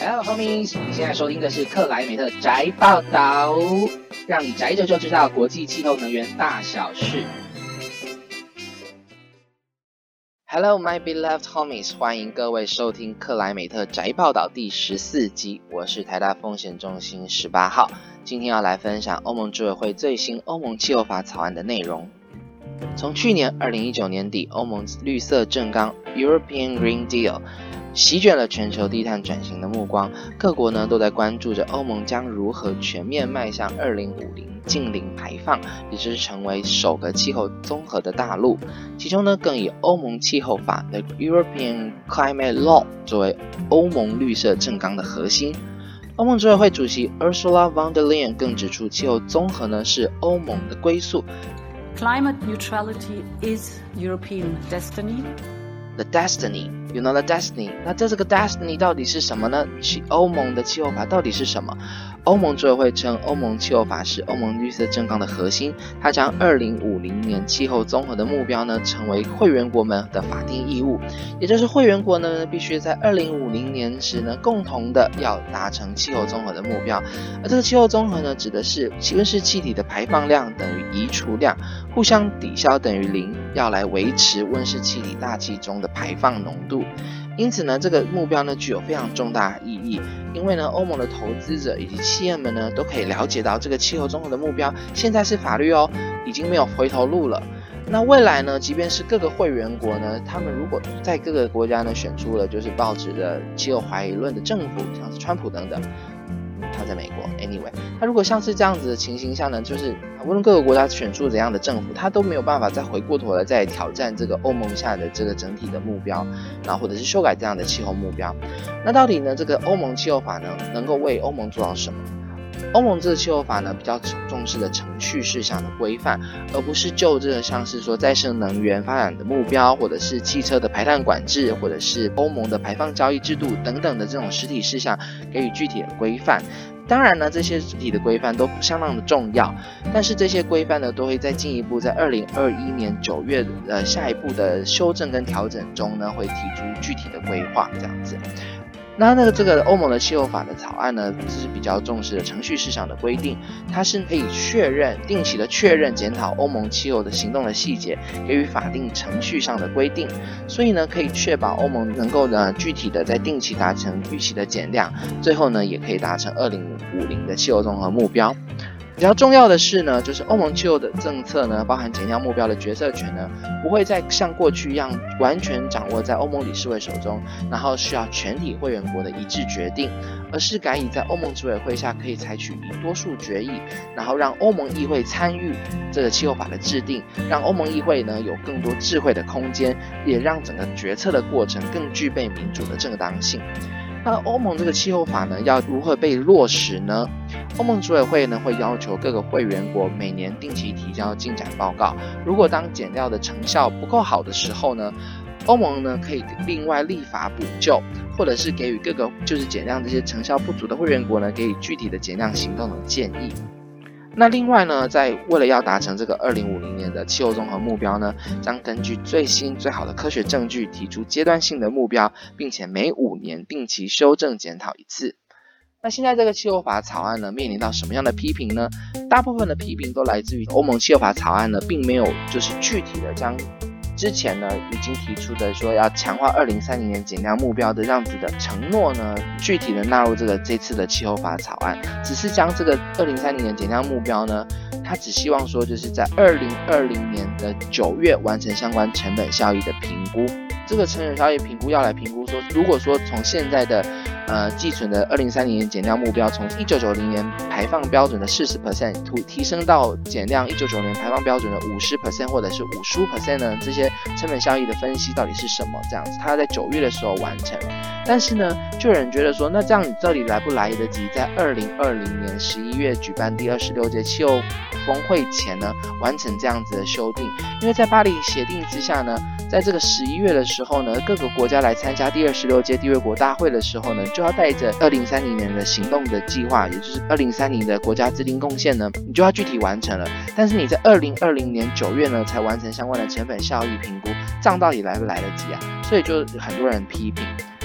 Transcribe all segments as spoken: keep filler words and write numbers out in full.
Hello homies， 你现在收听的是克莱美特宅报道，让你宅着就知道国际气候能源大小事。Hello my beloved homies， 欢迎各位收听克莱美特宅报道第十四集，我是台大风险中心十八号，今天要来分享欧盟执委会最新欧盟气候法草案的内容。从去年二零一九年底，欧盟绿色正纲 European Green Deal 席卷了全球低碳转型的目光，各国呢都在关注着欧盟将如何全面迈向二零五零净零排放，也就是成为首个气候综合的大陆。其中呢更以欧盟气候法的 European Climate Law 作为欧盟绿色正纲的核心。欧盟执委会主席 Ursula von der Leyen 更指出，气候综合呢是欧盟的归宿。 Climate neutrality is European destiny.The destiny, you know the destiny. 那这个 destiny 到底是什么呢？欧盟的气候法到底是什么？欧盟执委会称，欧盟气候法是欧盟绿色正纲的核心，它将二零五零年气候综合的目标呢，成为会员国们的法定义务，也就是会员国呢，必须在二零五零年时呢，共同的要达成气候综合的目标。而这个气候综合呢，指的是温室气体的排放量等于移除量，互相抵消等于零，要来维持温室气体大气中的排放浓度。因此呢，这个目标呢具有非常重大的意义，因为呢，欧盟的投资者以及企业们呢都可以了解到这个气候综合的目标现在是法律哦，已经没有回头路了。那未来呢，即便是各个会员国呢，他们如果在各个国家呢选出了就是抱持着气候怀疑论的政府，像是川普等等，他在美国 anyway， 他如果像是这样子的情形下呢，就是无论各个国家选出怎样的政府，他都没有办法再回过头来再挑战这个欧盟下的这个整体的目标，然后或者是修改这样的气候目标。那到底呢，这个欧盟气候法呢能够为欧盟做到什么？欧盟这个气候法呢比较重视的程序事项的规范，而不是就这个像是说再生能源发展的目标，或者是汽车的排碳管制，或者是欧盟的排放交易制度等等的这种实体事项给予具体的规范。当然呢，这些实体的规范都相当的重要，但是这些规范呢，都会在进一步在二零二一年九月呃下一步的修正跟调整中呢，会提出具体的规划这样子。那那个这个欧盟的气候法的草案呢，是比较重视的程序事项的规定，它是可以确认定期的确认检讨欧盟气候的行动的细节，给予法定程序上的规定，所以呢可以确保欧盟能够呢具体的在定期达成预期的减量，最后呢也可以达成二零五零的气候综合目标。比较重要的是呢，就是欧盟气候的政策呢，包含减量目标的决策权呢，不会再像过去一样完全掌握在欧盟理事会手中，然后需要全体会员国的一致决定，而是改以在欧盟执委会下可以采取以多数决议，然后让欧盟议会参与这个气候法的制定，让欧盟议会呢有更多智慧的空间，也让整个决策的过程更具备民主的正当性。那欧盟这个气候法呢，要如何被落实呢？欧盟执委会呢会要求各个会员国每年定期提交进展报告，如果当减料的成效不够好的时候呢，欧盟呢可以另外立法补救，或者是给予各个就是减量这些成效不足的会员国呢，给予具体的减量行动的建议。那另外呢，在为了要达成这个二零五零年的气候综合目标呢，将根据最新最好的科学证据提出阶段性的目标，并且每五年定期修正检讨一次。那现在这个气候法草案呢，面临到什么样的批评呢？大部分的批评都来自于欧盟气候法草案呢，并没有就是具体的将之前呢已经提出的说要强化二零三零年减量目标的这样子的承诺呢，具体的纳入这个这次的气候法草案，只是将这个二零三零年减量目标呢，他只希望说就是在二零二零年的九月完成相关成本效益的评估。这个成本效益评估要来评估说，如果说从现在的呃寄存的二零三零年减量目标，从一九九零年排放标准的 百分之四十 提提升到减量一九九零年排放标准的 百分之五十 或者是 百分之五十五 呢，这些成本效益的分析到底是什么？这样子，它在九月的时候完成。但是呢，就有人觉得说，那这样你到底来不来得及在二零二零年十一月举办第二十六届气候峰会前呢，完成这样子的修订？因为在巴黎协定之下呢，在这个十一月的时候呢，各个国家来参加第二十六届缔约国大会的时候呢，就要带着二零三零年的行动的计划，也就是二零三零的国家制定贡献呢，你就要具体完成了。但是你在二零二零年九月呢，才完成相关的成本效益评估，这样到底来不来得及啊？所以就很多人批评。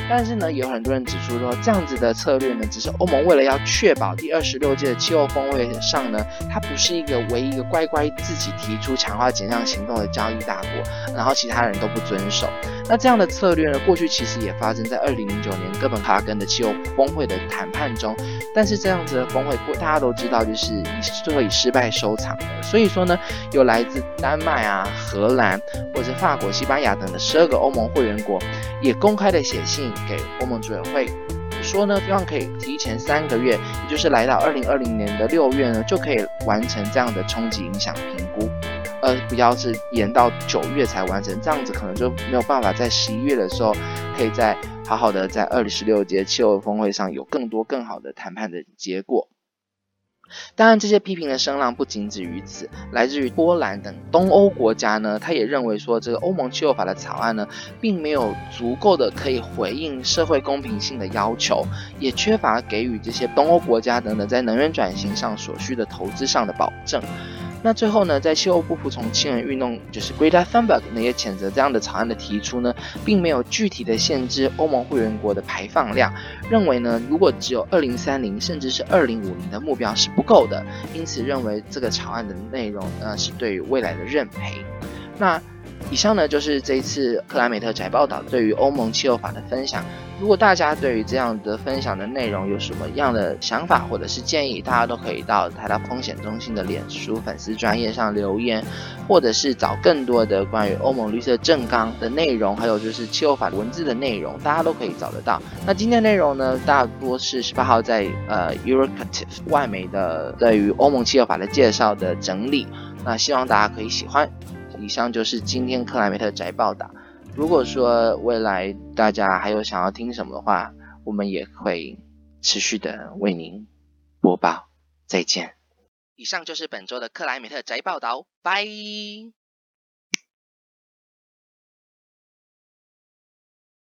但是呢，有很多人指出说，这样子的策略呢，只是欧盟为了要确保第二十六届的气候峰会上呢，它不是一个唯一一个乖乖自己提出强化减量行动的交易大国，然后其他人都不遵守。那这样的策略呢，过去其实也发生在二零零九年哥本哈根的气候峰会的谈判中，但是这样子的峰会大家都知道，就是以最后以失败收场的。所以说呢，有来自丹麦啊、荷兰或者法国、西班牙等的十二个欧盟会员国，也公开的写信给欧盟组委会，说呢，希望可以提前三个月，也就是来到二零二零年的六月呢，就可以完成这样的冲击影响评估。呃，不要是延到九月才完成，这样子可能就没有办法在十一月的时候，可以在好好的在二十六届气候峰会上有更多更好的谈判的结果。当然，这些批评的声浪不仅止于此，来自于波兰等东欧国家呢，他也认为说，这个欧盟气候法的草案呢，并没有足够的可以回应社会公平性的要求，也缺乏给予这些东欧国家等等在能源转型上所需的投资上的保证。那最后呢，在气候不服从氢能运动，就是 Greta Thunberg 呢也谴责这样的草案的提出呢，并没有具体的限制欧盟会员国的排放量，认为呢，如果只有二零三零甚至是二零五零的目标是不够的，因此认为这个草案的内容呢是对于未来的认赔。那以上呢就是这一次克莱美特宅报道对于欧盟气候法的分享。如果大家对于这样的分享的内容有什么样的想法或者是建议，大家都可以到台大风险中心的脸书粉丝专页上留言，或者是找更多的关于欧盟绿色正纲的内容，还有就是气候法文字的内容，大家都可以找得到。那今天的内容呢，大多是十八号在呃 Euroactiv 外媒的对于欧盟气候法的介绍的整理，那希望大家可以喜欢。以上就是今天克莱美特宅报道。如果说未来大家还有想要听什么的话，我们也会持续的为您播报。再见。以上就是本周的克莱美特宅报道，拜。